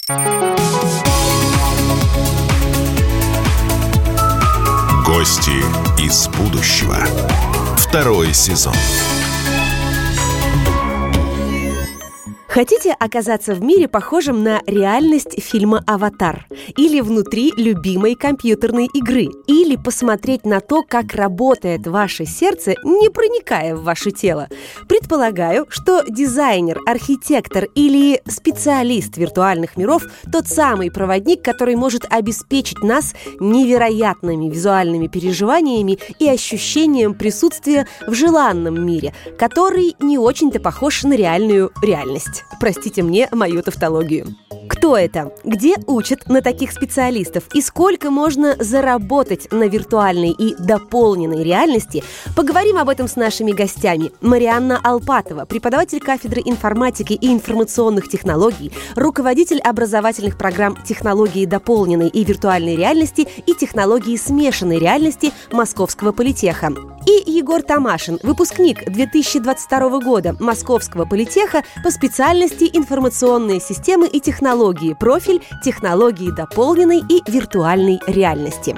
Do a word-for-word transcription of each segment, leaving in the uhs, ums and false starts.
Гости из будущего. Второй сезон. Хотите оказаться в мире, похожем на реальность фильма «Аватар»? Или внутри любимой компьютерной игры? Или посмотреть на то, как работает ваше сердце, не проникая в ваше тело? Предполагаю, что дизайнер, архитектор или специалист виртуальных миров – тот самый проводник, который может обеспечить нас невероятными визуальными переживаниями и ощущением присутствия в желанном мире, который не очень-то похож на реальную реальность. Простите мне мою тавтологию. Кто это? Где учат на таких специалистов? И сколько можно заработать на виртуальной и дополненной реальности? Поговорим об этом с нашими гостями. Марианна Алпатова, преподаватель кафедры информатики и информационных технологий, руководитель образовательных программ технологии дополненной и виртуальной реальности и технологии смешанной реальности Московского политеха. И Егор Тамашин, выпускник две тысячи двадцать второго года Московского политеха по специальности информационные системы и технологии, профиль технологии дополненной и виртуальной реальности.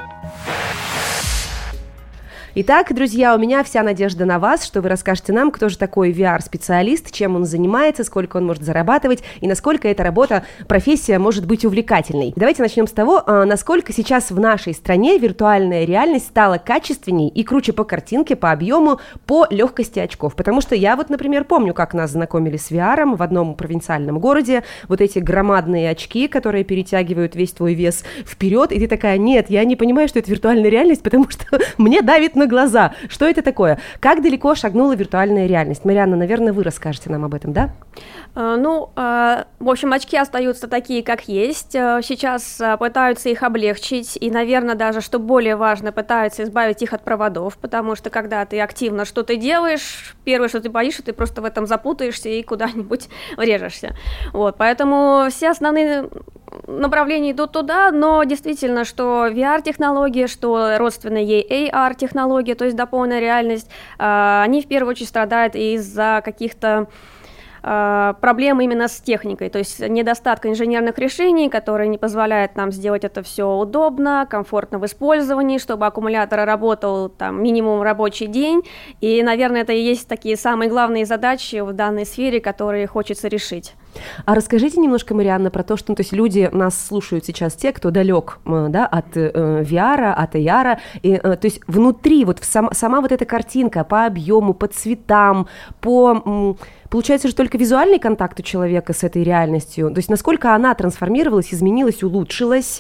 Итак, друзья, у меня вся надежда на вас, что вы расскажете нам, кто же такой ви ар-специалист, чем он занимается, сколько он может зарабатывать и насколько эта работа, профессия может быть увлекательной. Давайте начнем с того, насколько сейчас в нашей стране виртуальная реальность стала качественней и круче по картинке, по объему, по легкости очков. Потому что я вот, например, помню, как нас знакомили с ви ар в одном провинциальном городе, вот эти громадные очки, которые перетягивают весь твой вес вперед, и ты такая: нет, я не понимаю, что это виртуальная реальность, потому что мне давит на глаза. Что это такое? Как далеко шагнула виртуальная реальность? Марианна, наверное, вы расскажете нам об этом, да? Uh, ну, uh, в общем, очки остаются такие, как есть. Uh, сейчас uh, пытаются их облегчить, и, наверное, даже, что более важно, пытаются избавить их от проводов, потому что, когда ты активно что-то делаешь, первое, что ты боишься, ты просто в этом запутаешься и куда-нибудь врежешься. Вот, поэтому все основные направления идут туда, но действительно, что ви ар-технология, что родственная ей эй ар-технология, то есть дополненная реальность, uh, они в первую очередь страдают из-за каких-то проблемы именно с техникой, то есть недостатка инженерных решений, которые не позволяют нам сделать это все удобно, комфортно в использовании, чтобы аккумулятор работал там минимум рабочий день, и, наверное, это и есть такие самые главные задачи в данной сфере, которые хочется решить. А расскажите немножко, Марианна, про то, что, ну, то есть люди нас слушают сейчас, те, кто далек, да, от э, ви ар, от эй ар, и, э, то есть внутри вот сам, сама вот эта картинка по объему, по цветам, по... М, получается же только визуальный контакт у человека с этой реальностью, то есть насколько она трансформировалась, изменилась, улучшилась?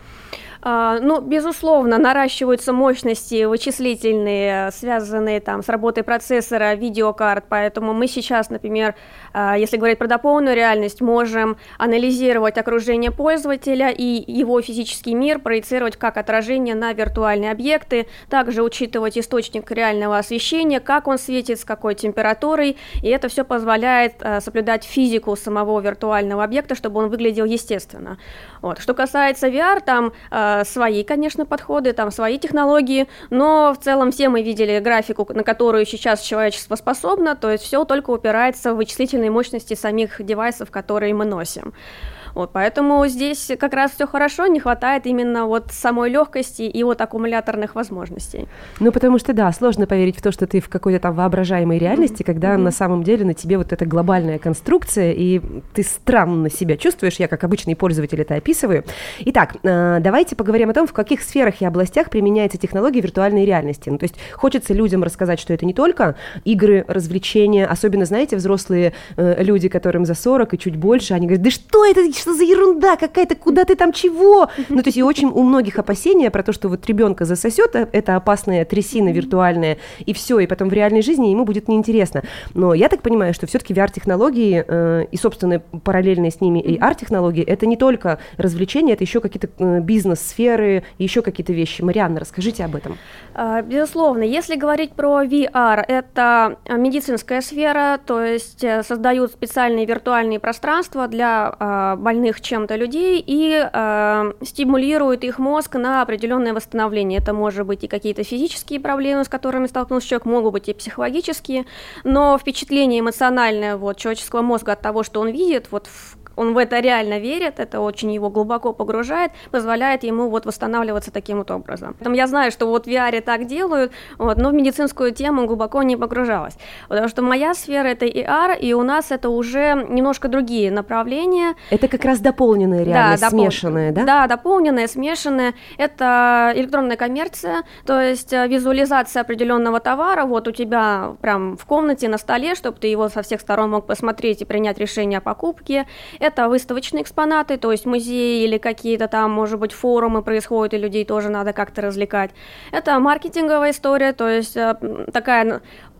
Uh, ну, безусловно, наращиваются мощности вычислительные, связанные там с работой процессора, видеокарт, поэтому мы сейчас, например, uh, если говорить про дополненную реальность, можем анализировать окружение пользователя и его физический мир, проецировать как отражение на виртуальные объекты, также учитывать источник реального освещения, как он светит, с какой температурой, и это все позволяет uh, соблюдать физику самого виртуального объекта, чтобы он выглядел естественно. Вот. Что касается ви ар, там uh, свои, конечно, подходы, там свои технологии, но в целом все мы видели графику, на которую сейчас человечество способно, то есть все только упирается в вычислительные мощности самих девайсов, которые мы носим. Вот, поэтому здесь как раз все хорошо, не хватает именно вот самой легкости и вот аккумуляторных возможностей. Ну, потому что, да, сложно поверить в то, что ты в какой-то там воображаемой реальности, mm-hmm. когда mm-hmm. на самом деле на тебе вот эта глобальная конструкция, и ты странно себя чувствуешь, я как обычный пользователь это описываю. Итак, давайте поговорим о том, в каких сферах и областях применяется технология виртуальной реальности. Ну, то есть хочется людям рассказать, что это не только игры, развлечения, особенно, знаете, взрослые э, люди, которым за сорок и чуть больше, они говорят: да что это, что за ерунда какая-то, куда ты там, чего? Ну, то есть и очень у многих опасения про то, что вот ребенка засосет, это опасная трясина виртуальная, и все, и потом в реальной жизни ему будет неинтересно. Но я так понимаю, что все-таки ви ар-технологии э, и, собственно, параллельные с ними эй ар-технологии, это не только развлечения, это еще какие-то э, бизнес-сферы, еще какие-то вещи. Марианна, расскажите об этом. Безусловно, если говорить про ви ар, это медицинская сфера, то есть создают специальные виртуальные пространства для э, больных чем-то людей и э, стимулируют их мозг на определенное восстановление. Это может быть и какие-то физические проблемы, с которыми столкнулся человек, могут быть и психологические, но впечатление эмоциональное вот, человеческого мозга от того, что он видит, вот в он в это реально верит, это очень его глубоко погружает, позволяет ему вот восстанавливаться таким вот образом. Поэтому я знаю, что вот в ви ар так делают, вот, но в медицинскую тему глубоко не погружалась, потому что моя сфера — это и ар, и у нас это уже немножко другие направления. Это как раз дополненная реальность, да, допол... смешанная, да? Да, дополненная, смешанная. Это электронная коммерция, то есть визуализация определенного товара, вот у тебя прям в комнате на столе, чтобы ты его со всех сторон мог посмотреть и принять решение о покупке. Это выставочные экспонаты, то есть музеи или какие-то там, может быть, форумы происходят, и людей тоже надо как-то развлекать. Это маркетинговая история, то есть такая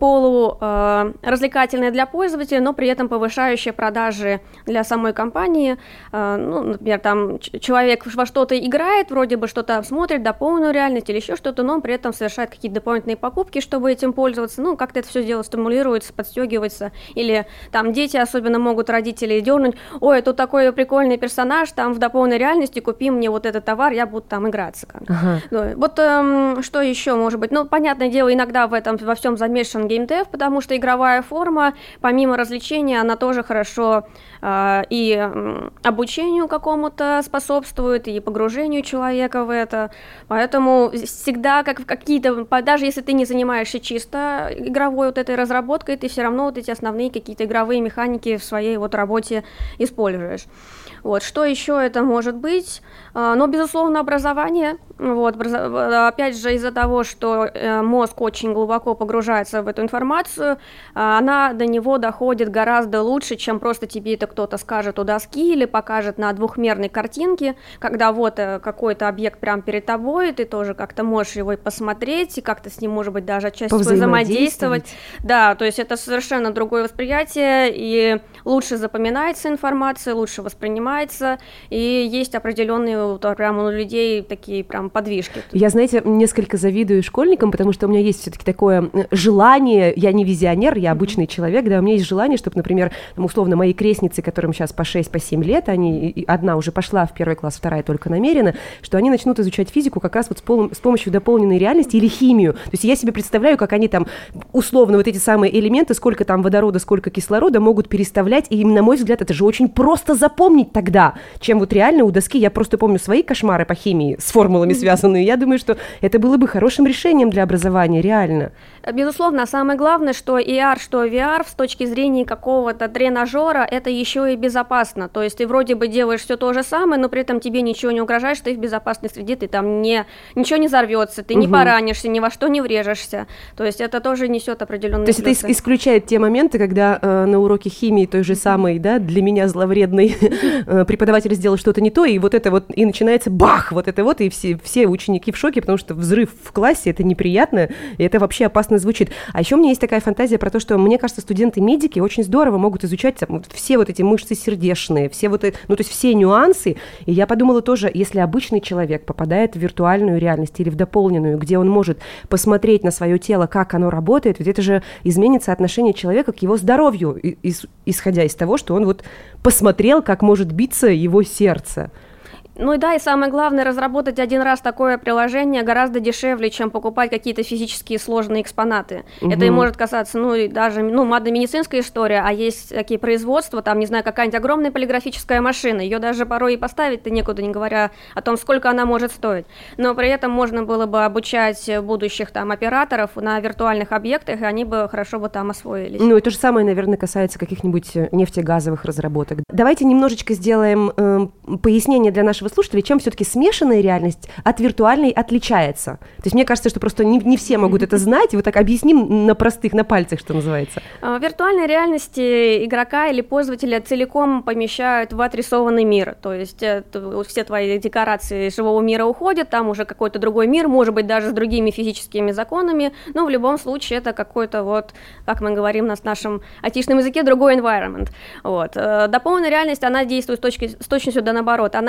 полуразвлекательная для пользователя, но при этом повышающая продажи для самой компании. Ну, например, там человек во что-то играет, вроде бы что-то смотрит, дополненную реальность или еще что-то, но он при этом совершает какие-то дополнительные покупки, чтобы этим пользоваться. Ну, как-то это все дело стимулируется, подстегивается. Или там дети особенно могут родителей дернуть: ой, тут такой прикольный персонаж, там в дополненной реальности, купи мне вот этот товар, я буду там играться. Ага. Ну, вот эм, что еще может быть? Ну, понятное дело, иногда в этом во всем замешан геймдев, потому что игровая форма, помимо развлечения, она тоже хорошо э, и э, обучению какому-то способствует, и погружению человека в это. Поэтому всегда, как в какие-то, даже если ты не занимаешься чисто игровой вот этой разработкой, ты все равно вот эти основные какие-то игровые механики в своей вот работе используешь. Вот. Что еще это может быть? Ну, безусловно, образование. Вот. Опять же, из-за того, что мозг очень глубоко погружается в эту информацию, она до него доходит гораздо лучше, чем просто тебе это кто-то скажет у доски или покажет на двухмерной картинке, когда вот какой-то объект прямо перед тобой, ты тоже как-то можешь его посмотреть, и как-то с ним, может быть, даже отчасти взаимодействовать. Да, то есть это совершенно другое восприятие, и лучше запоминается информация, лучше воспринимается, и есть определенные прямо у людей такие прям подвижки. Я, знаете, несколько завидую школьникам, потому что у меня есть все-таки такое желание, я не визионер, я обычный mm-hmm. человек, да, у меня есть желание, чтобы, например, там, условно, мои крестницы, которым сейчас по шесть, по семь лет, они, одна уже пошла в первый класс, вторая только намерена, что они начнут изучать физику как раз вот с, пол, с помощью дополненной реальности или химию. То есть я себе представляю, как они там условно вот эти самые элементы, сколько там водорода, сколько кислорода могут переставлять, и, на мой взгляд, это же очень просто запомнить тогда, чем вот реально у доски. Я просто помню свои кошмары по химии с формулами связанные. Я думаю, что это было бы хорошим решением для образования, реально. Безусловно, самое главное, что и ар, что ви ар с точки зрения какого-то тренажера, это еще и безопасно. То есть ты вроде бы делаешь все то же самое, но при этом тебе ничего не угрожает, ты в безопасной среде, ты там не, ничего не взорвется, ты угу. не поранишься, ни во что не врежешься. То есть это тоже несет определенные плюсы. То есть это исключает те моменты, когда э, на уроке химии той же самой, да, для меня зловредной преподаватель сделал что-то не то, и вот это вот, и начинается бах, вот это вот, и все, все ученики в шоке, потому что взрыв в классе, это неприятно, и это вообще опасно звучит. А еще у меня есть такая фантазия про то, что, мне кажется, студенты-медики очень здорово могут изучать там, вот, все вот эти мышцы сердечные, все вот, ну, то есть все нюансы, и я подумала тоже, если обычный человек попадает в виртуальную реальность или в дополненную, где он может посмотреть на свое тело, как оно работает, ведь это же изменится отношение человека к его здоровью, исходя из того, что он вот посмотрел, как может биться его сердце. Ну и да, и самое главное, разработать один раз такое приложение гораздо дешевле, чем покупать какие-то физические сложные экспонаты. Угу. Это и может касаться, ну, и даже, ну, модно-медицинская история, а есть такие производства, там, не знаю, какая-нибудь огромная полиграфическая машина, ее даже порой и поставить-то некуда, не говоря о том, сколько она может стоить. Но при этом можно было бы обучать будущих там операторов на виртуальных объектах, и они бы хорошо бы там освоились. Ну, и то же самое, наверное, касается каких-нибудь нефтегазовых разработок. Давайте немножечко сделаем э, пояснение для нашего слушателей, чем все-таки смешанная реальность от виртуальной отличается. То есть мне кажется, что просто не, не все могут это знать, и вот так объясним на простых, на пальцах, что называется. В виртуальной реальности игрока или пользователя целиком помещают в отрисованный мир, то есть все твои декорации живого мира уходят, там уже какой-то другой мир, может быть, даже с другими физическими законами, но в любом случае это какой-то вот, как мы говорим на нашем айтишном языке, другой environment. Вот. Дополненная реальность, она действует с, точки, с точностью да наоборот, она виртуальная,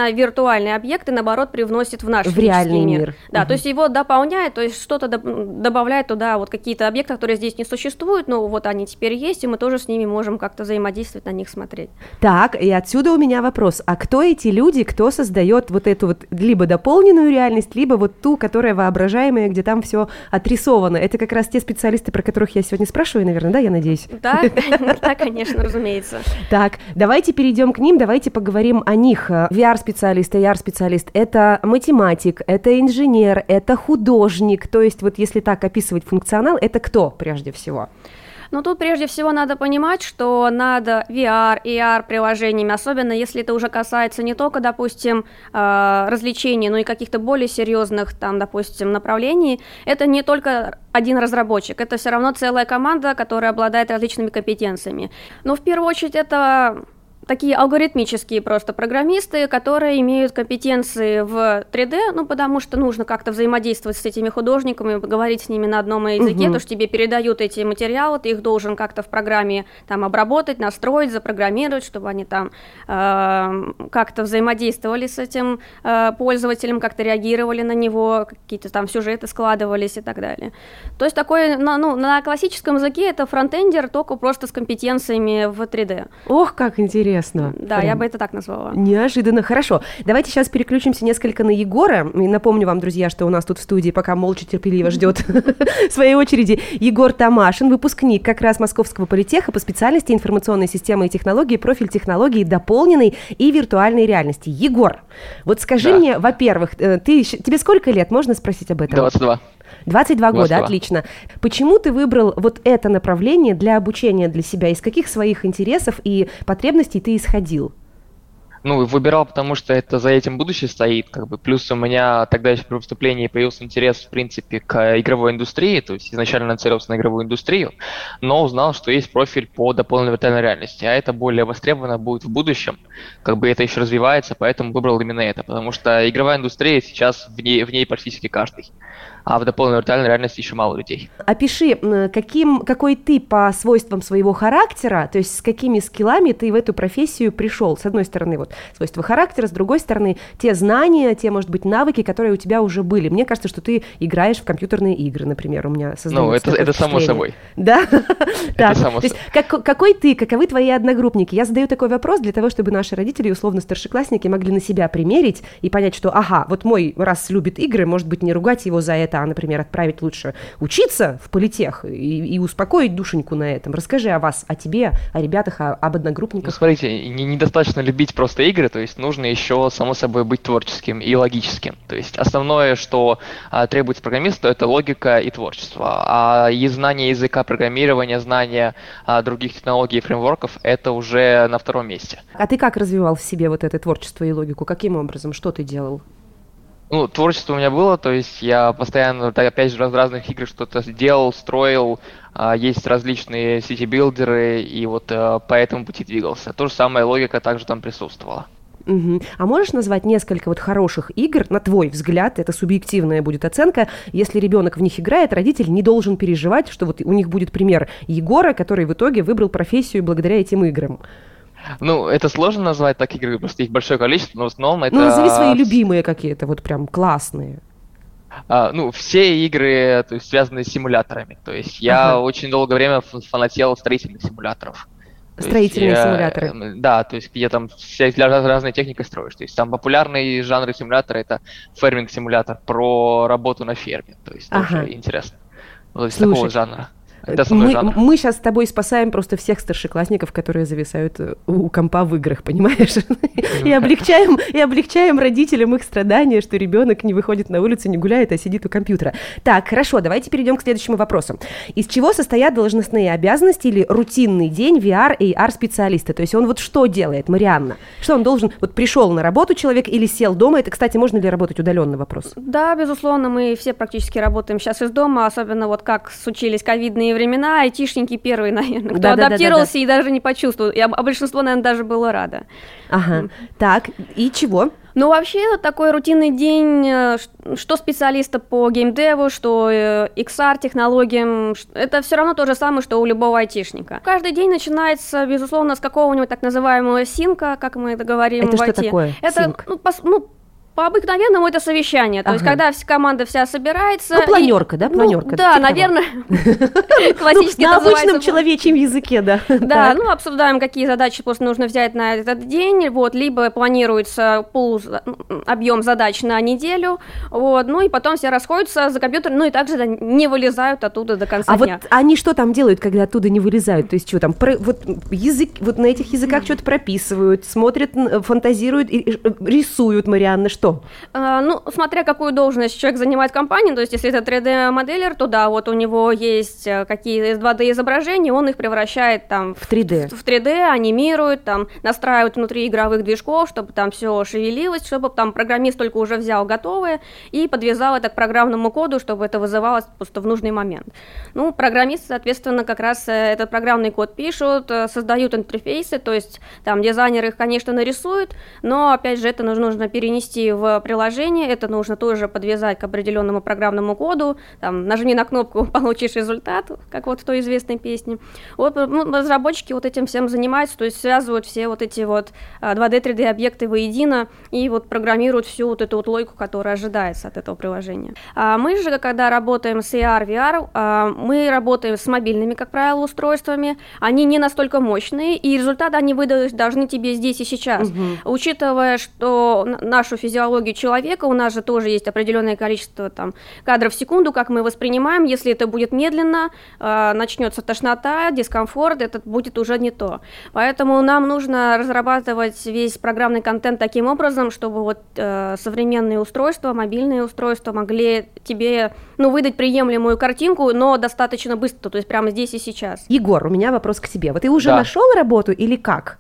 виртуальный объект и, наоборот, привносит в наш в реальный мир. мир. Да, угу. То есть его дополняет, то есть что-то добавляет туда, вот какие-то объекты, которые здесь не существуют, но вот они теперь есть, и мы тоже с ними можем как-то взаимодействовать, на них смотреть. Так, и отсюда у меня вопрос. А кто эти люди, кто создает вот эту вот либо дополненную реальность, либо вот ту, которая воображаемая, где там все отрисовано? Это как раз те специалисты, про которых я сегодня спрашиваю, наверное, да, я надеюсь? Да, да, конечно, разумеется. Так, давайте перейдем к ним, давайте поговорим о них. ви ар-специалист, эй ар-специалист — это математик, это инженер, это художник, то есть вот если так описывать функционал, это кто прежде всего? Ну, тут прежде всего надо понимать, что над ви ар, эй ар-приложениями, особенно если это уже касается не только, допустим, развлечений, но и каких-то более серьезных, там, допустим, направлений, это не только один разработчик, это все равно целая команда, которая обладает различными компетенциями. Но в первую очередь это такие алгоритмические просто программисты, которые имеют компетенции в три дэ, ну, потому что нужно как-то взаимодействовать с этими художниками, говорить с ними на одном языке, uh-huh. то, что тебе передают эти материалы, ты их должен как-то в программе там обработать, настроить, запрограммировать, чтобы они там э, как-то взаимодействовали с этим э, пользователем, как-то реагировали на него, какие-то там сюжеты складывались и так далее. То есть такой, ну, на классическом языке это фронтендер, только просто с компетенциями в три дэ. Ох, как интересно. Интересно. Да, Прям. Я бы это так назвала. Неожиданно. Хорошо. Давайте сейчас переключимся несколько на Егора. И напомню вам, друзья, что у нас тут в студии пока молча терпеливо ждет своей очереди Егор Тамашин, выпускник как раз Московского политеха по специальности информационной системы и технологии, профиль технологии дополненной и виртуальной реальности. Егор, вот скажи да. мне, во-первых, ты, тебе сколько лет? Можно спросить об этом? двадцать два. двадцать два года, двадцать два. Отлично. Почему ты выбрал вот это направление для обучения для себя? Из каких своих интересов и потребностей ты исходил? Ну, выбирал, потому что это за этим будущее стоит, как бы. Плюс у меня тогда еще при поступлении появился интерес, в принципе, к игровой индустрии, то есть изначально нацелился на игровую индустрию, но узнал, что есть профиль по дополненной виртуальной реальности, а это более востребовано будет в будущем, как бы это еще развивается, поэтому выбрал именно это, потому что игровая индустрия сейчас в ней, в ней практически каждый. А в дополненной виртуальной реальности еще мало людей. Опиши, каким, какой ты по свойствам своего характера, то есть с какими скиллами ты в эту профессию пришел. С одной стороны, вот свойства характера, с другой стороны, те знания, те, может быть, навыки, которые у тебя уже были. Мне кажется, что ты играешь в компьютерные игры, например, у меня создается. Ну, это, это само собой. Да? Это само собой. Какой ты, каковы твои одногруппники? Я задаю такой вопрос для того, чтобы наши родители, условно старшеклассники, могли на себя примерить и понять, что, ага, вот мой раз любит игры, может быть, не ругать его за это, а, например, отправить лучше учиться в политех и, и успокоить душеньку на этом. Расскажи о вас, о тебе, о ребятах, о, об одногруппниках. Ну, смотрите, не, недостаточно любить просто игры, то есть нужно еще, само собой, быть творческим и логическим. То есть основное, что а, требуется программисту, это логика и творчество. А и знание языка программирования, знание а, других технологий и фреймворков, это уже на втором месте. А ты как развивал в себе вот это творчество и логику? Каким образом? Что ты делал? Ну, творчество у меня было, то есть я постоянно, опять же, в разных играх что-то делал, строил, есть различные сити-билдеры, и вот по этому пути двигался. То же самое, логика также там присутствовала. Угу. А можешь назвать несколько вот хороших игр, на твой взгляд, это субъективная будет оценка, если ребенок в них играет, родитель не должен переживать, что вот у них будет пример Егора, который в итоге выбрал профессию благодаря этим играм? Ну, это сложно назвать так игры, просто их большое количество, но в основном это... Ну, назови свои любимые какие-то, вот прям классные. А, ну, все игры, то есть, связаны с симуляторами. То есть я ага. очень долгое время фанател строительных симуляторов. Строительные есть, симуляторы. Я, да, то есть где там вся, для разной техникой строишь. То есть там популярные жанры симулятора — это ферминг-симулятор про работу на ферме. То есть ага. тоже интересно. Вот из такого жанра. Мы, мы сейчас с тобой спасаем просто всех старшеклассников, которые зависают у компа в играх, понимаешь? И облегчаем, и облегчаем родителям их страдания, что ребенок не выходит на улицу, не гуляет, а сидит у компьютера. Так, хорошо, давайте перейдем к следующему вопросу. Из чего состоят должностные обязанности или рутинный день ви ар, эй ар-специалиста? То есть он вот что делает, Марианна? Что он должен... Вот пришел на работу человек или сел дома? Это, кстати, можно ли работать удаленно, вопрос? Да, безусловно, мы все практически работаем сейчас из дома, особенно вот как случились ковидные времена, айтишники первые, наверное, кто да, адаптировался да, да, да, да. и даже не почувствовал, а большинство, наверное, даже было радо. Ага, mm. так, и чего? Ну, вообще, такой рутинный день, что специалиста по геймдеву, что икс ар-технологиям, это все равно то же самое, что у любого айтишника. Каждый день начинается, безусловно, с какого-нибудь так называемого синка, как мы это говорим это в ай ти. Это что такое? Это, ну, пос, ну, По обыкновенному это совещание, то ага. есть когда вся команда вся собирается. Ну, планерка, и, да, планерка. Ну, да, наверное, классически на обычном человечьем языке, да. Да, ну, обсуждаем, какие задачи просто нужно взять на этот день, вот, либо планируется пул, объем задач на неделю, вот, ну, и потом все расходятся за компьютер, ну, и также не вылезают оттуда до конца дня. А вот они что там делают, когда оттуда не вылезают? То есть что там, вот язык, вот на этих языках что-то прописывают, смотрят, фантазируют, рисуют, Марианна, что? А, ну, смотря какую должность человек занимает в компании, то есть если это три дэ-моделер, то да, вот у него есть какие-то два дэ-изображения, он их превращает там в три дэ, в, в три дэ, анимирует, там, настраивает внутри игровых движков, чтобы там все шевелилось, чтобы там программист только уже взял готовое и подвязал это к программному коду, чтобы это вызывалось просто в нужный момент. Ну, программисты, соответственно, как раз этот программный код пишут, создают интерфейсы, то есть там дизайнер их, конечно, нарисует, но, опять же, это нужно, нужно перенести в приложение, это нужно тоже подвязать к определенному программному коду, там, нажми на кнопку, получишь результат, как вот в той известной песне. Вот, ну, разработчики вот этим всем занимаются, то есть связывают все вот эти вот два дэ, три дэ объекты воедино и вот программируют всю вот эту вот логику, которая ожидается от этого приложения. А мы же, когда работаем с эй ар, ви ар, мы работаем с мобильными, как правило, устройствами, они не настолько мощные, и результат они выдать должны тебе здесь и сейчас. Угу. Учитывая, что нашу физиологию человека, у нас же тоже есть определенное количество там кадров в секунду, как мы воспринимаем, если это будет медленно, э, начнется тошнота, дискомфорт, это будет уже не то. Поэтому нам нужно разрабатывать весь программный контент таким образом, чтобы вот э, современные устройства, мобильные устройства могли тебе, ну, выдать приемлемую картинку, но достаточно быстро, то есть прямо здесь и сейчас. Егор, у меня вопрос к тебе. Вот ты уже да. нашел работу или как?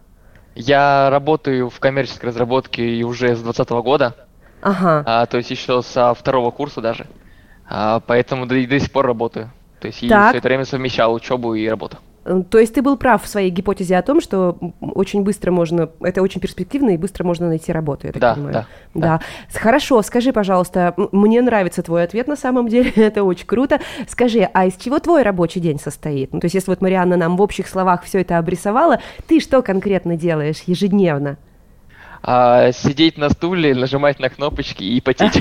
Я работаю в коммерческой разработке и уже с двадцатого года, ага. а, то есть еще со второго курса даже, а, поэтому до, до сих пор работаю. То есть так. и все это время совмещал учебу и работу. То есть ты был прав в своей гипотезе о том, что очень быстро можно, это очень перспективно и быстро можно найти работу, я так да, понимаю. Да, да. Да. Хорошо, скажи, пожалуйста, мне нравится твой ответ на самом деле, это очень круто. Скажи, а из чего твой рабочий день состоит? Ну, то есть если вот Марианна нам в общих словах все это обрисовала, ты что конкретно делаешь ежедневно? А, сидеть на стуле, нажимать на кнопочки и потеть.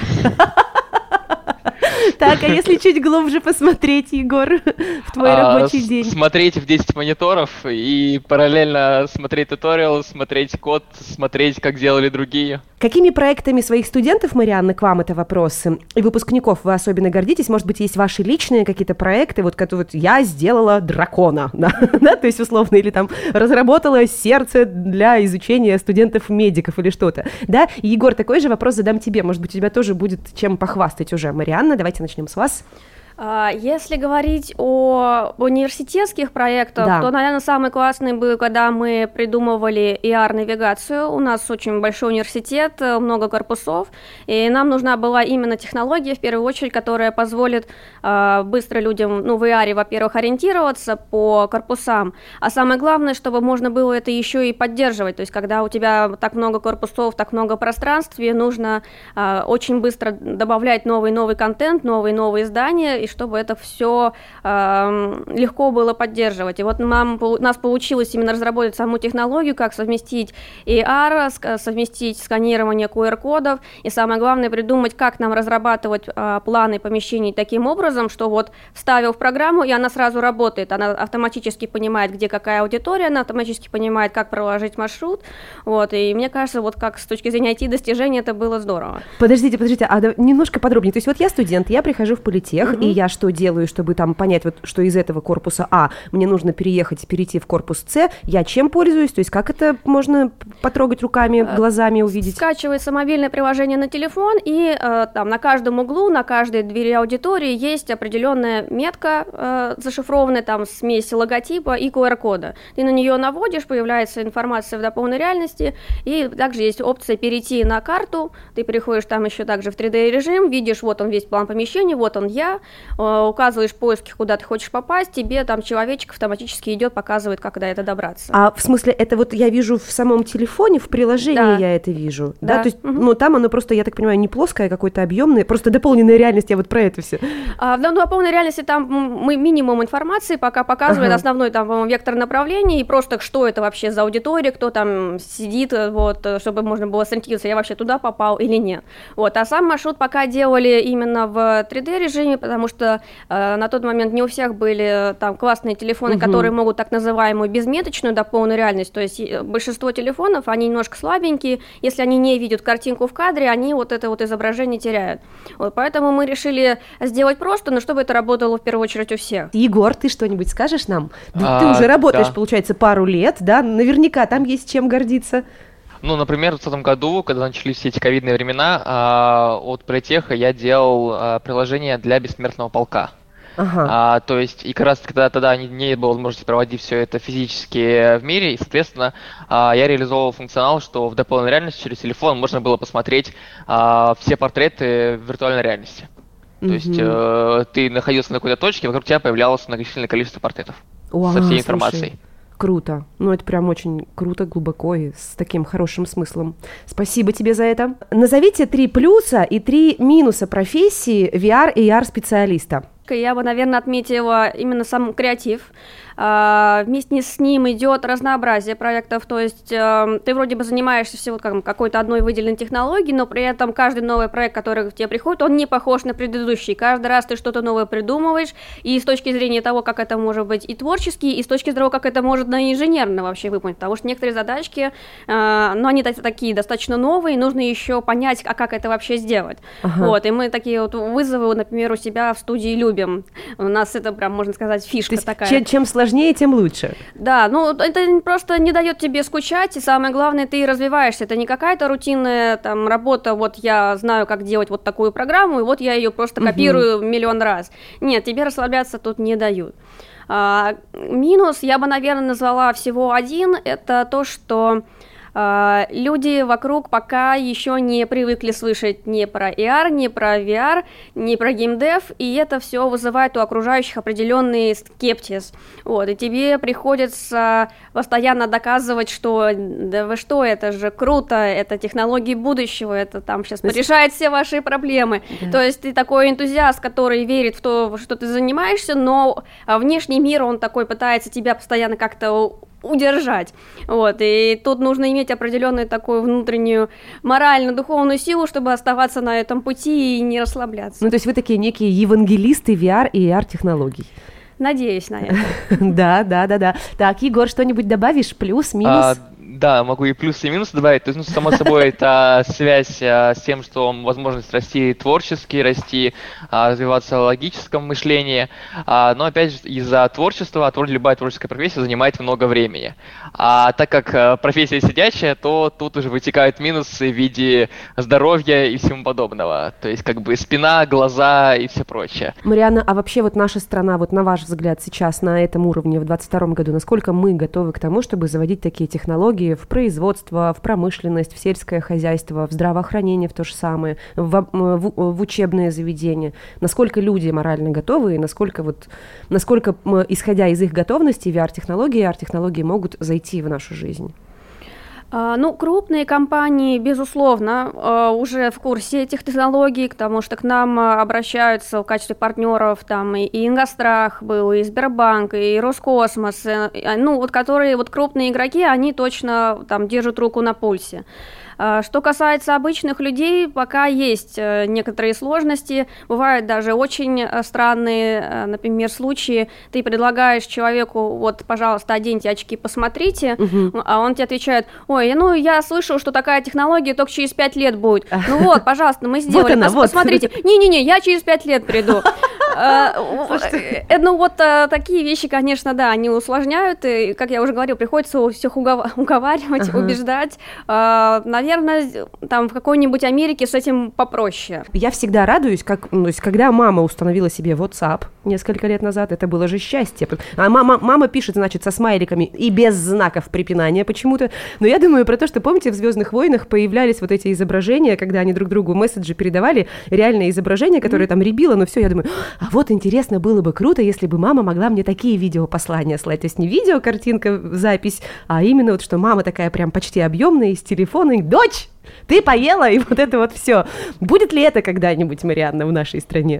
Так, а если чуть глубже посмотреть, Егор, в твой а, рабочий с- день? Смотреть в десять мониторов и параллельно смотреть туториал, смотреть код, смотреть, как делали другие. Какими проектами своих студентов, Марианна, к вам это вопросы, и выпускников вы особенно гордитесь? Может быть, есть ваши личные какие-то проекты, вот как вот я сделала дракона, да, да, то есть условно, или там разработала сердце для изучения студентов-медиков или что-то, да? И, Егор, такой же вопрос задам тебе, может быть, у тебя тоже будет чем похвастать уже. Марианна, давайте начнем с вас. Если говорить о университетских проектах, да. то, наверное, самый классный был, когда мы придумывали эй ар-навигацию. У нас очень большой университет, много корпусов, и нам нужна была именно технология, в первую очередь, которая позволит э, быстро людям, ну, в эй ар, во-первых, ориентироваться по корпусам, а самое главное, чтобы можно было это еще и поддерживать. То есть, когда у тебя так много корпусов, так много пространств, тебе нужно э, очень быстро добавлять новый-новый контент, новые-новые издания, и чтобы это все э, легко было поддерживать. И вот нам, у нас получилось именно разработать саму технологию, как совместить эй ар, совместить сканирование ку ар-кодов, и самое главное придумать, как нам разрабатывать э, планы помещений таким образом, что вот вставил в программу, и она сразу работает, она автоматически понимает, где какая аудитория, она автоматически понимает, как проложить маршрут, вот, и мне кажется, вот как с точки зрения ай ти-достижений это было здорово. Подождите, подождите, а да, немножко подробнее, то есть вот я студент, я прихожу в политех, mm-hmm. и я что делаю, чтобы там понять, вот, что из этого корпуса А мне нужно переехать, перейти в корпус С, я чем пользуюсь, то есть как это можно потрогать руками, глазами увидеть? Скачивается мобильное приложение на телефон, и э, там на каждом углу, на каждой двери аудитории есть определенная метка э, зашифрованная, там смесь логотипа и ку ар-кода. Ты на нее наводишь, появляется информация в дополненной реальности, и также есть опция перейти на карту, ты переходишь там еще также в три дэ-режим, видишь, вот он весь план помещения, вот он я, указываешь в поиске, куда ты хочешь попасть, тебе там человечек автоматически идет, показывает, как до этого добраться. А в смысле, это вот я вижу в самом телефоне, в приложении да. я это вижу, да? да? То есть, угу. ну, там оно просто, я так понимаю, не плоское, а какое-то объемное, просто дополненная реальность, я вот про это все. А, в дополненной реальности там мы минимум информации пока показывает, ага. основной там, по-моему, вектор направления, и просто что это вообще за аудитория, кто там сидит, вот, чтобы можно было сориентироваться, я вообще туда попал или нет. Вот. А сам маршрут пока делали именно в три дэ-режиме, потому что э, на тот момент не у всех были там классные телефоны, угу. которые могут так называемую безметочную дополненную реальность, то есть большинство телефонов, они немножко слабенькие, если они не видят картинку в кадре, они вот это вот изображение теряют. Вот. Поэтому мы решили сделать просто, но чтобы это работало в первую очередь у всех. Егор, ты что-нибудь скажешь нам? А, ты уже работаешь, да. получается, пару лет, да? Наверняка там есть чем гордиться. Ну, например, в двадцатом году, когда начались все эти ковидные времена, а, от Политеха я делал а, приложение для бессмертного полка. Ага. А, то есть, и как раз когда тогда не, не было возможности проводить все это физически в мире, и, соответственно, а, я реализовал функционал, что в дополненной реальности через телефон можно было посмотреть а, все портреты в виртуальной реальности. То mm-hmm. есть э, ты находился на какой-то точке, вокруг тебя появлялось многочисленное количество портретов wow, со всей слушай, информацией. Круто. Ну, это прям очень круто, глубоко и с таким хорошим смыслом. Спасибо тебе за это. Назовите три плюса и три минуса профессии ви ар и эй ар-специалиста. Я бы, наверное, отметила именно сам креатив. Uh, вместе с ним идет разнообразие проектов, то есть uh, ты вроде бы занимаешься всего как, какой-то одной выделенной технологией, но при этом каждый новый проект, который к тебе приходит, он не похож на предыдущий. Каждый раз ты что-то новое придумываешь, и с точки зрения того, как это может быть и творчески, и с точки зрения того, как это может на инженерно вообще выполнить, потому что некоторые задачки, uh, ну, они такие достаточно новые, нужно еще понять, а как это вообще сделать. Ага. Вот, и мы такие вот вызовы, например, у себя в студии любим. У нас это прям, можно сказать, фишка такая. Чем, чем сложнее, сложнее, тем лучше. Да, ну это просто не дает тебе скучать, и самое главное, ты развиваешься. Это не какая-то рутинная там работа, вот я знаю, как делать вот такую программу, и вот я ее просто копирую угу. миллион раз. Нет, тебе расслабляться тут не дают. А, минус я бы, наверное, назвала всего один, это то, что Uh, люди вокруг пока еще не привыкли слышать ни про эй ар, ни про ви ар, ни про геймдев, и это все вызывает у окружающих определенный скепсис. Вот, и тебе приходится постоянно доказывать, что да вы что, это же круто, это технологии будущего, это там сейчас решает все ваши проблемы. Yeah. То есть ты такой энтузиаст, который верит в то, что ты занимаешься, но внешний мир, он такой пытается тебя постоянно как-то удержать. Вот, и тут нужно иметь определенную такую внутреннюю морально-духовную силу, чтобы оставаться на этом пути и не расслабляться. Ну, то есть вы такие некие евангелисты ви ар и эй ар-технологий. Надеюсь на это. Да, да, да, да. Так, Егор, что-нибудь добавишь? Плюс, минус? Да, могу и плюсы, и минусы добавить. То есть, ну, само собой, это связь а, с тем, что возможность расти творчески, расти, а, развиваться в логическом мышлении. А, но, опять же, из-за творчества, твор, любая творческая профессия занимает много времени. А так как а, профессия сидячая, то тут уже вытекают минусы в виде здоровья и всему подобного. То есть, как бы, спина, глаза и все прочее. Марианна, а вообще вот наша страна, вот на ваш взгляд сейчас на этом уровне в двадцать втором году, насколько мы готовы к тому, чтобы заводить такие технологии в производство, в промышленность, в сельское хозяйство, в здравоохранение, в то же самое, в, в, в учебные заведения. Насколько люди морально готовы и насколько, вот, насколько, исходя из их готовности, ви ар-технологии, эй ар-технологии могут зайти в нашу жизнь? Ну, крупные компании, безусловно, уже в курсе этих технологий, потому что к нам обращаются в качестве партнеров там и Ингострах был, и Сбербанк, и Роскосмос, ну, вот которые вот крупные игроки, они точно там держат руку на пульсе. Что касается обычных людей, пока есть некоторые сложности, бывают даже очень странные, например, случаи. Ты предлагаешь человеку, вот, пожалуйста, оденьте очки, посмотрите, угу. а он тебе отвечает, ой, ну, я слышал, что такая технология только через пять лет будет. Ну вот, пожалуйста, мы сделали, вот она, Пос- вот. посмотрите. Не-не-не, я через пять лет приду. Ну, вот такие вещи, конечно, да, они усложняют, и, как я уже говорила, приходится всех уговаривать, убеждать. Наверное, там в какой-нибудь Америке с этим попроще. Я всегда радуюсь, как, ну, когда мама установила себе WhatsApp несколько лет назад, это было же счастье. А мама, мама пишет, значит, со смайликами и без знаков препинания почему-то. Но я думаю про то, что, помните, в «Звездных войнах» появлялись вот эти изображения, когда они друг другу месседжи передавали, реальные изображения, которые mm-hmm. там рябило, но все, я думаю, А вот интересно, было бы круто, если бы мама могла мне такие видеопослания слать. То есть не видео, картинка, запись, а именно вот, что мама такая прям почти объемная из телефона, и «Дочь, ты поела?» И вот это вот все. Будет ли это когда-нибудь, Марианна, в нашей стране?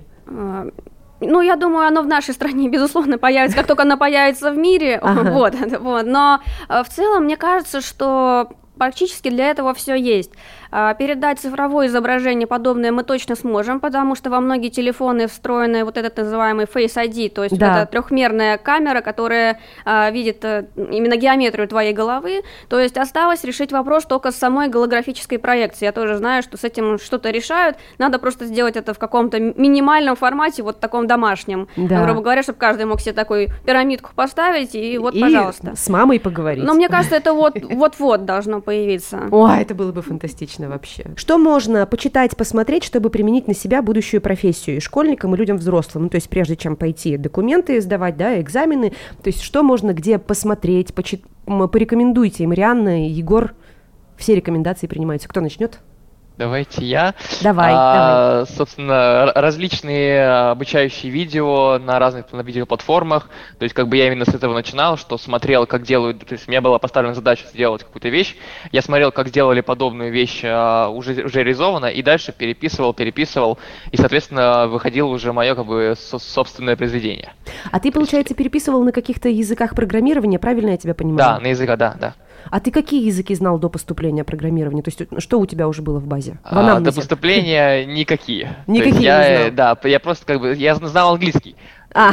Ну, я думаю, оно в нашей стране, безусловно, появится, как только оно появится в мире. Ага. Вот, вот. Но в целом, мне кажется, что практически для этого все есть. Передать цифровое изображение подобное мы точно сможем, потому что во многие телефоны встроены вот этот называемый Face ай ди, то есть да. вот эта трехмерная камера, которая а, видит а, именно геометрию твоей головы. То есть осталось решить вопрос только с самой голографической проекцией. Я тоже знаю, что с этим что-то решают. Надо просто сделать это в каком-то минимальном формате, вот таком домашнем. Да. Грубо говоря, чтобы каждый мог себе такую пирамидку поставить, и вот, и пожалуйста. С мамой поговорить. Но мне кажется, это вот, вот-вот должно появиться. Ой, это было бы фантастично вообще. Что можно почитать, посмотреть, чтобы применить на себя будущую профессию и школьникам, и людям взрослым? Ну, то есть прежде чем пойти документы сдавать, да, экзамены, то есть что можно где посмотреть, почит... порекомендуйте. Марианна и Егор, все рекомендации принимаются. Кто начнет? Давайте я. Давай, а, давай. Собственно, различные обучающие видео на разных на видеоплатформах. То есть, как бы я именно с этого начинал, что смотрел, как делают. То есть, у меня была поставлена задача сделать какую-то вещь. Я смотрел, как сделали подобную вещь а, уже, уже реализованно, и дальше переписывал, переписывал. И, соответственно, выходило уже мое как бы собственное произведение. А ты, получается, переписывал на каких-то языках программирования, правильно я тебя понимаю? Да, на языках, да, да. А ты какие языки знал до поступления программирования? То есть что у тебя уже было в базе? В а, до поступления никакие. Никакие я, не знал? Да, я просто как бы, я знал английский. А.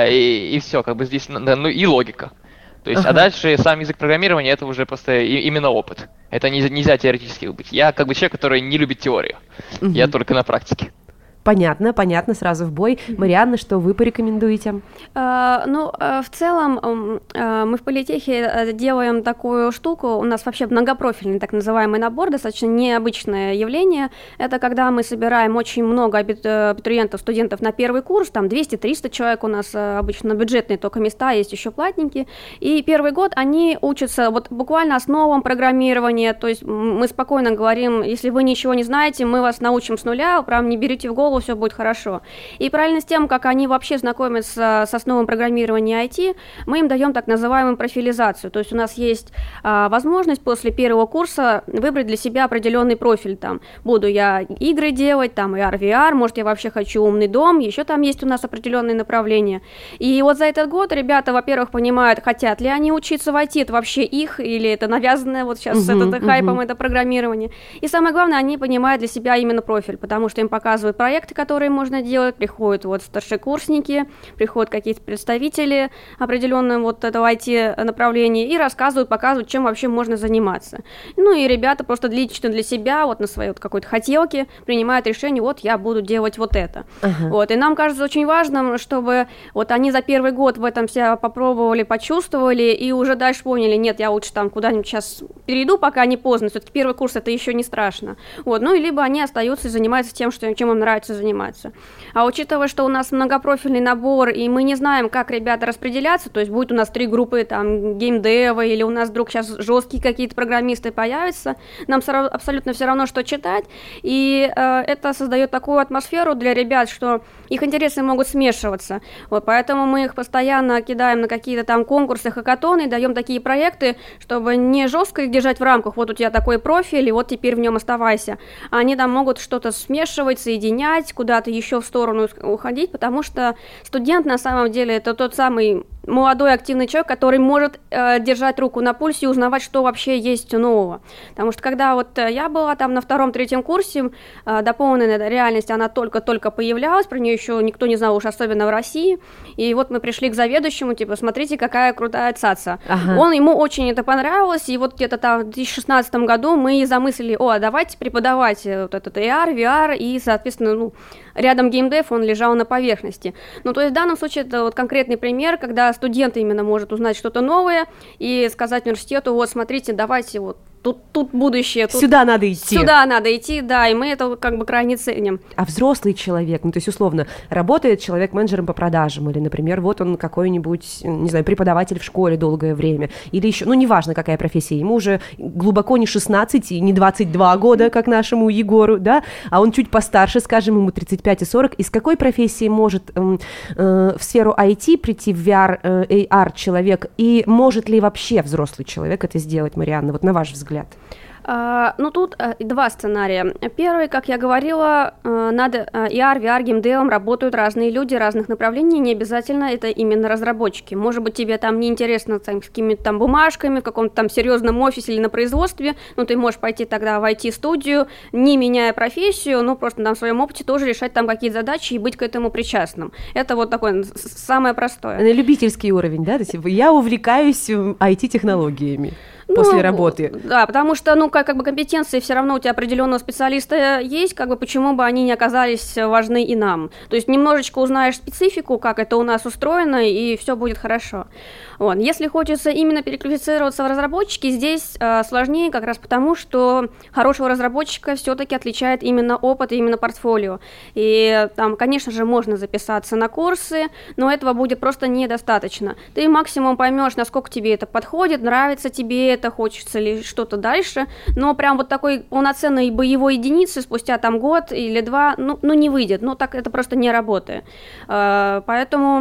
И, и все, как бы здесь, ну и логика. То есть, ага. А дальше сам язык программирования, это уже просто именно опыт. Это нельзя теоретически быть. Я как бы человек, который не любит теорию. Угу. Я только на практике. Понятно, понятно, сразу в бой. Марианна, что вы порекомендуете? Uh, ну, uh, в целом, uh, мы в политехе делаем такую штуку, у нас вообще многопрофильный так называемый набор, достаточно необычное явление. Это когда мы собираем очень много абитуриентов, студентов на первый курс, там двести-триста человек у нас обычно бюджетные только места, есть еще платненькие. И первый год они учатся вот буквально основам программирования, то есть мы спокойно говорим, если вы ничего не знаете, мы вас научим с нуля, прям не берите в голову, все будет хорошо. И параллельно с тем, как они вообще знакомятся с основами программирования ай ти, мы им даем так называемую профилизацию. То есть у нас есть а, возможность после первого курса выбрать для себя определенный профиль. Там, буду я игры делать, там эй ар, ви ар, может, я вообще хочу умный дом, еще там есть у нас определенные направления. И вот за этот год ребята, во-первых, понимают, хотят ли они учиться в ай ти, это вообще их, или это навязанное вот сейчас uh-huh, с это, хайпом uh-huh. это программирование. И самое главное, они понимают для себя именно профиль, потому что им показывают проект, которые можно делать, приходят вот старшекурсники, приходят какие-то представители определенного вот этого ай ти направления и рассказывают, показывают, чем вообще можно заниматься. Ну и ребята просто лично для себя, вот на своей вот какой-то хотелке принимают решение, вот я буду делать вот это. Uh-huh. Вот, и нам кажется очень важным, чтобы вот они за первый год в этом себя попробовали, почувствовали и уже дальше поняли, нет, я лучше там куда-нибудь сейчас перейду, пока не поздно, все-таки первый курс это еще не страшно. Вот, ну и либо они остаются и занимаются тем, что, чем им нравится заниматься. А учитывая, что у нас многопрофильный набор, и мы не знаем, как ребята распределяться, то есть будет у нас три группы там геймдева, или у нас вдруг сейчас жесткие какие-то программисты появятся, нам абсолютно все равно, что читать, и э, это создает такую атмосферу для ребят, что их интересы могут смешиваться. Вот, поэтому мы их постоянно кидаем на какие-то там конкурсы, хакатоны, даем такие проекты, чтобы не жестко их держать в рамках, вот у тебя такой профиль, и вот теперь в нем оставайся. Они там могут что-то смешивать, соединять, куда-то еще в сторону уходить, потому что студент на самом деле это тот самый молодой активный человек, который может э, держать руку на пульсе и узнавать, что вообще есть нового. Потому что когда вот я была там на втором-третьем курсе, э, дополненная реальность, она только-только появлялась, про нее еще никто не знал, уж особенно в России, и вот мы пришли к заведующему, типа, смотрите, какая крутая цаца. Ага. Он, ему очень это понравилось, и вот где-то там в две тысячи шестнадцатом году мы замыслили, о, давайте преподавать вот этот эй ар, ви ар, и, соответственно, ну, рядом геймдев, он лежал на поверхности. Ну, то есть в данном случае это вот конкретный пример, когда студент именно может узнать что-то новое и сказать университету, вот, смотрите, давайте вот тут, тут будущее. Тут... Сюда надо идти. Сюда надо идти, да, и мы это как бы крайне ценим. А взрослый человек, ну, то есть, условно, работает человек менеджером по продажам, или, например, вот он какой-нибудь, не знаю, преподаватель в школе долгое время, или еще, ну, неважно, какая профессия, ему уже глубоко не шестнадцать и не двадцать два года, как нашему Егору, да, а он чуть постарше, скажем, ему тридцать пять и сорок, из какой профессии может э, э, в сферу ай ти прийти в ви ар, э, эй ар человек, и может ли вообще взрослый человек это сделать, Марианна, вот на ваш взгляд? Uh, ну, тут uh, два сценария. Первый, как я говорила, uh, над uh, и ар, ви ар, геймдевом работают разные люди разных направлений, не обязательно это именно разработчики. Может быть, тебе там неинтересно там, с какими-то там бумажками, в каком-то там серьезном офисе или на производстве, но ты можешь пойти тогда в ай ти-студию, не меняя профессию, ну, просто на своем опыте тоже решать там какие-то задачи и быть к этому причастным. Это вот такое самое простое. На любительский уровень, да? То есть я увлекаюсь ай ти-технологиями. После ну, работы. Да, потому что, ну, как, как бы компетенции все равно у тебя определенного специалиста есть, как бы почему бы они не оказались важны и нам. То есть немножечко узнаешь специфику, как это у нас устроено, и все будет хорошо. Вот. Если хочется именно переквалифицироваться в разработчики, здесь э, сложнее как раз потому, что хорошего разработчика все-таки отличает именно опыт и именно портфолио. И там, конечно же, можно записаться на курсы, но этого будет просто недостаточно. Ты максимум поймешь, насколько тебе это подходит, нравится тебе это, хочется ли что-то дальше, но прям вот такой полноценной боевой единицы спустя там год или два, ну, ну не выйдет, ну так это просто не работает. Э, поэтому...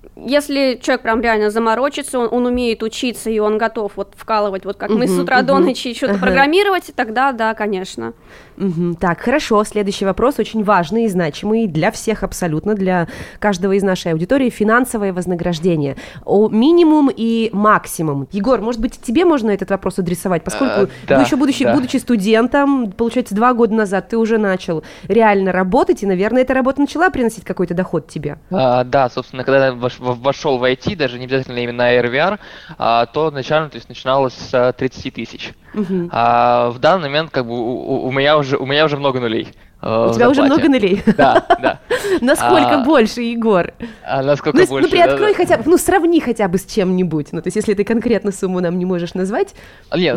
Если человек прям реально заморочится, он, он умеет учиться, и он готов вот вкалывать, вот как uh-huh, мы с утра uh-huh, до ночи что-то uh-huh. программировать, тогда да, конечно. Uh-huh. Так, хорошо, следующий вопрос очень важный и значимый для всех абсолютно, для каждого из нашей аудитории, финансовое вознаграждение. О минимум и максимум. Егор, может быть, тебе можно этот вопрос адресовать, поскольку uh, да, вы еще будучи, да. будучи студентом, получается, два года назад ты уже начал реально работать, и, наверное, эта работа начала приносить какой-то доход тебе. Uh, да, собственно, когда ваш вошел в ай ти, даже не обязательно именно эй ар, ви ар, а, то начально, то есть начиналось с тридцать тысяч. Uh-huh. А в данный момент как бы у, у меня уже у меня уже много нулей. У тебя уже много нулей? Да, да. Насколько больше, Егор? А насколько больше? Ну, приоткрой хотя бы, ну, сравни хотя бы с чем-нибудь. Ну, то есть, если ты конкретно сумму нам не можешь назвать. Нет,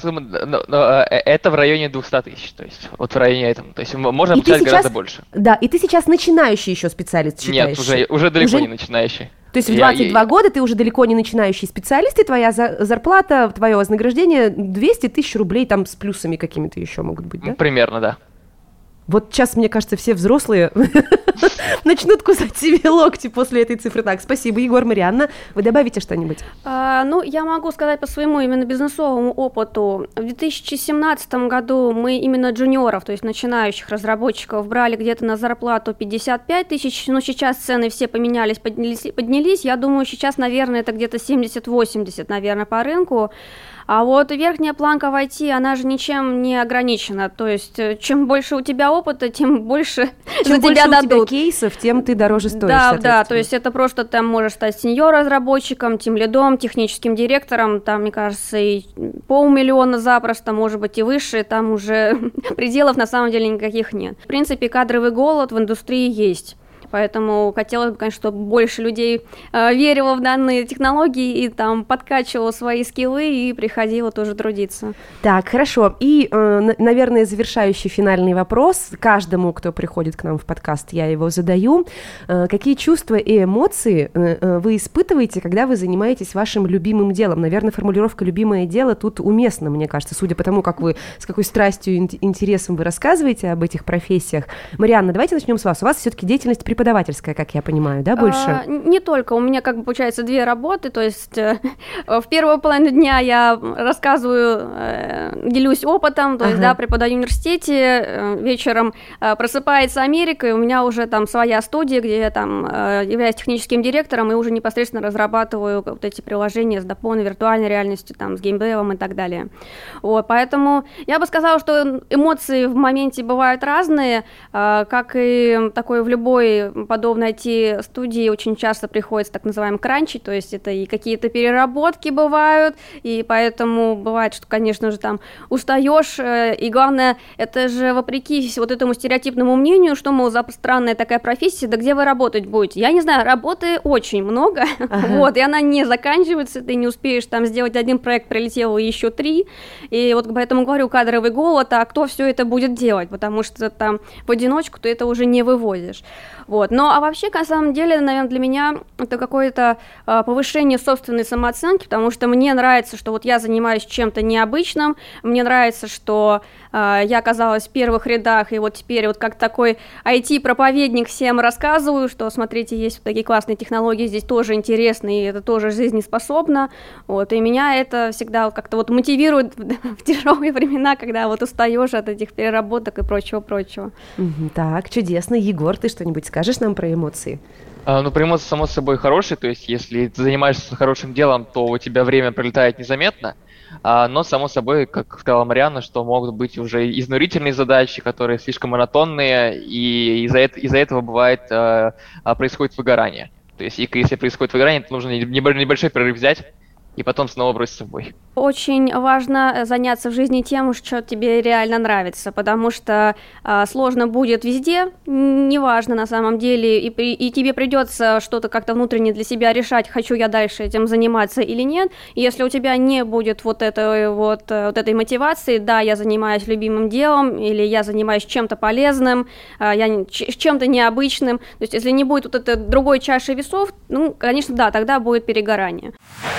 это в районе двухсот тысяч, то есть, вот в районе этого. То есть, можно написать гораздо больше. Да, и ты сейчас начинающий еще специалист считаешь? Нет, уже далеко не начинающий. То есть в двадцать два года ты уже далеко не начинающий специалист, и твоя зарплата, твое вознаграждение двести тысяч рублей там с плюсами какими-то еще могут быть, да? Примерно, да. Вот сейчас, мне кажется, все взрослые начнут кусать себе локти после этой цифры. Так, спасибо, Егор, Марианна. Вы добавите что-нибудь? А, ну, я могу сказать по своему именно бизнесовому опыту. В две тысячи семнадцатом году мы именно джуниоров, то есть начинающих разработчиков, брали где-то на зарплату пятьдесят пять тысяч, но сейчас цены все поменялись, поднялись, поднялись. Я думаю, сейчас, наверное, это где-то семьдесят-восемьдесят, наверное, по рынку. А вот верхняя планка в ай ти, она же ничем не ограничена. То есть, чем больше у тебя опыта, тем больше чем за больше тебя у дадут. Тебя кейсов, тем ты дороже стоишь. Да, да, то есть это просто там можешь стать сеньор-разработчиком, тимлидом, техническим директором, там, мне кажется, и полмиллиона запросто, может быть, и выше, там уже пределов на самом деле никаких нет. В принципе, кадровый голод в индустрии есть. Поэтому хотелось бы, конечно, чтобы больше людей э, верило в данные технологии и там подкачивало свои скиллы и приходило тоже трудиться. Так, хорошо. И, э, наверное, завершающий финальный вопрос. Каждому, кто приходит к нам в подкаст, я его задаю. Э, какие чувства и эмоции э, вы испытываете, когда вы занимаетесь вашим любимым делом? Наверное, формулировка «любимое дело» тут уместна, мне кажется, судя по тому, как вы, с какой страстью и интересом вы рассказываете об этих профессиях. Марианна, давайте начнем с вас. У вас все-таки деятельность преподавателя. Преподавательская, как я понимаю, да, больше? А, не только. У меня, как бы, получается, две работы. То есть э, в первую половину дня я рассказываю, э, делюсь опытом, то ага. есть, да, преподаю в университете. Э, вечером э, просыпается Америка, и у меня уже там своя студия, где я там э, являюсь техническим директором и уже непосредственно разрабатываю вот эти приложения с дополненной виртуальной реальностью, там, с геймдевом и так далее. Вот, поэтому я бы сказала, что эмоции в моменте бывают разные, э, как и такой в любой работы подобной ай ти-студии очень часто приходится так называемый кранчить, то есть это и какие-то переработки бывают, и поэтому бывает, что, конечно же, там устаешь, и главное, это же вопреки вот этому стереотипному мнению, что, мол, за странная такая профессия, да где вы работать будете? Я не знаю, работы очень много, ага. вот, и она не заканчивается, ты не успеешь там сделать один проект, прилетело еще три, и вот поэтому говорю, кадровый голод, а кто все это будет делать, потому что там в одиночку ты это уже не вывозишь. Вот. Но а вообще, на самом деле, наверное, для меня это какое-то а, повышение собственной самооценки, потому что мне нравится, что вот я занимаюсь чем-то необычным, мне нравится, что а, я оказалась в первых рядах, и вот теперь вот как такой ай ти-проповедник всем рассказываю, что, смотрите, есть вот такие классные технологии, здесь тоже интересно, и это тоже жизнеспособно, вот, и меня это всегда как-то вот мотивирует в тяжелые времена, когда вот устаешь от этих переработок и прочего-прочего. Так, чудесно. Егор, ты что-нибудь скажешь нам про эмоции? А, ну, про эмоции, само собой, хорошие, то есть если ты занимаешься хорошим делом, то у тебя время пролетает незаметно, а, но, само собой, как сказала Марианна, что могут быть уже изнурительные задачи, которые слишком монотонные, и из-за, это, из-за этого бывает, а, а, происходит выгорание. То есть если происходит выгорание, то нужно небольшой перерыв взять, и потом снова броситься в бой. Очень важно заняться в жизни тем, что тебе реально нравится, потому что а, сложно будет везде, неважно на самом деле, и, при, и тебе придется что-то как-то внутренне для себя решать, хочу я дальше этим заниматься или нет. И если у тебя не будет вот этой, вот, вот этой мотивации, да, я занимаюсь любимым делом, или я занимаюсь чем-то полезным, а, я чем-то необычным, то есть если не будет вот этой другой чаши весов, ну, конечно, да, тогда будет перегорание.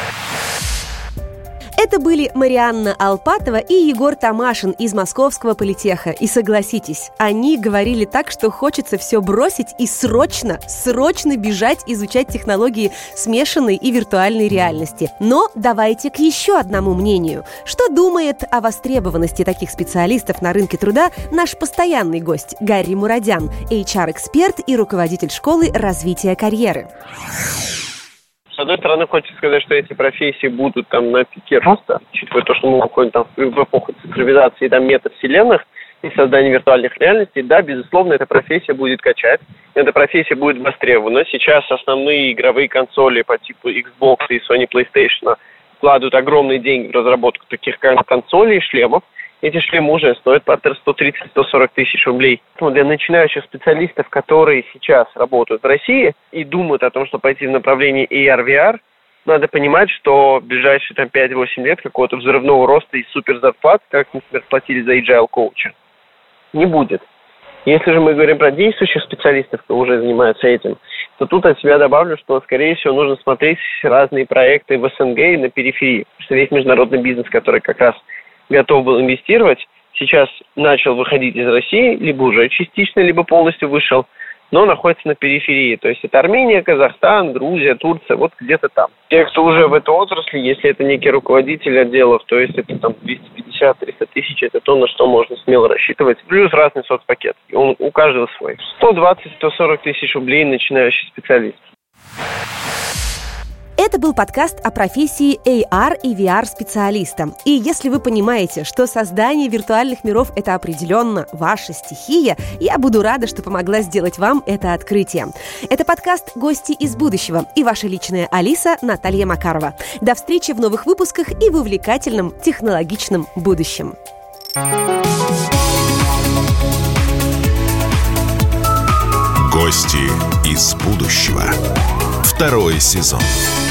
Это были Марианна Алпатова и Егор Тамашин из Московского политеха. И согласитесь, они говорили так, что хочется все бросить и срочно, срочно бежать изучать технологии смешанной и виртуальной реальности. Но давайте к еще одному мнению. Что думает о востребованности таких специалистов на рынке труда наш постоянный гость Гарри Мурадян, эйч ар-эксперт и руководитель школы развития карьеры. С одной стороны, хочется сказать, что эти профессии будут там на пике роста, учитывая то, что мы уходим там в эпоху цифровизации, там, метавселенных и создания виртуальных реальностей. Да, безусловно, эта профессия будет качать, эта профессия будет востребована. Сейчас основные игровые консоли по типу Xbox и Sony PlayStation вкладывают огромные деньги в разработку таких консолей и шлемов. Эти шлемы уже стоят по сто тридцать - сто сорок тысяч рублей. Ну, для начинающих специалистов, которые сейчас работают в России и думают о том, что пойти в направлении эй ар ви ар, надо понимать, что в ближайшие там, пять-восемь лет какого-то взрывного роста и супер зарплат, как, например, платили за agile коуча, не будет. Если же мы говорим про действующих специалистов, кто уже занимается этим, то тут от себя добавлю, что, скорее всего, нужно смотреть разные проекты в эс эн гэ и на периферии. Потому что весь международный бизнес, который как раз готов был инвестировать, сейчас начал выходить из России, либо уже частично, либо полностью вышел, но находится на периферии. То есть это Армения, Казахстан, Грузия, Турция, вот где-то там. Те, кто уже в этой отрасли, если это некий руководитель отделов, то есть это там двести пятьдесят - триста тысяч, это то, на что можно смело рассчитывать. Плюс разный соцпакет. Он у каждого свой. сто двадцать - сто сорок тысяч рублей начинающий специалист. Это был подкаст о профессии эй ар и ви ар-специалиста. И если вы понимаете, что создание виртуальных миров – это определенно ваша стихия, я буду рада, что помогла сделать вам это открытие. Это подкаст «Гости из будущего» и ваша личная Алиса Наталья Макарова. До встречи в новых выпусках и в увлекательном технологичном будущем. «Гости из будущего». Второй сезон.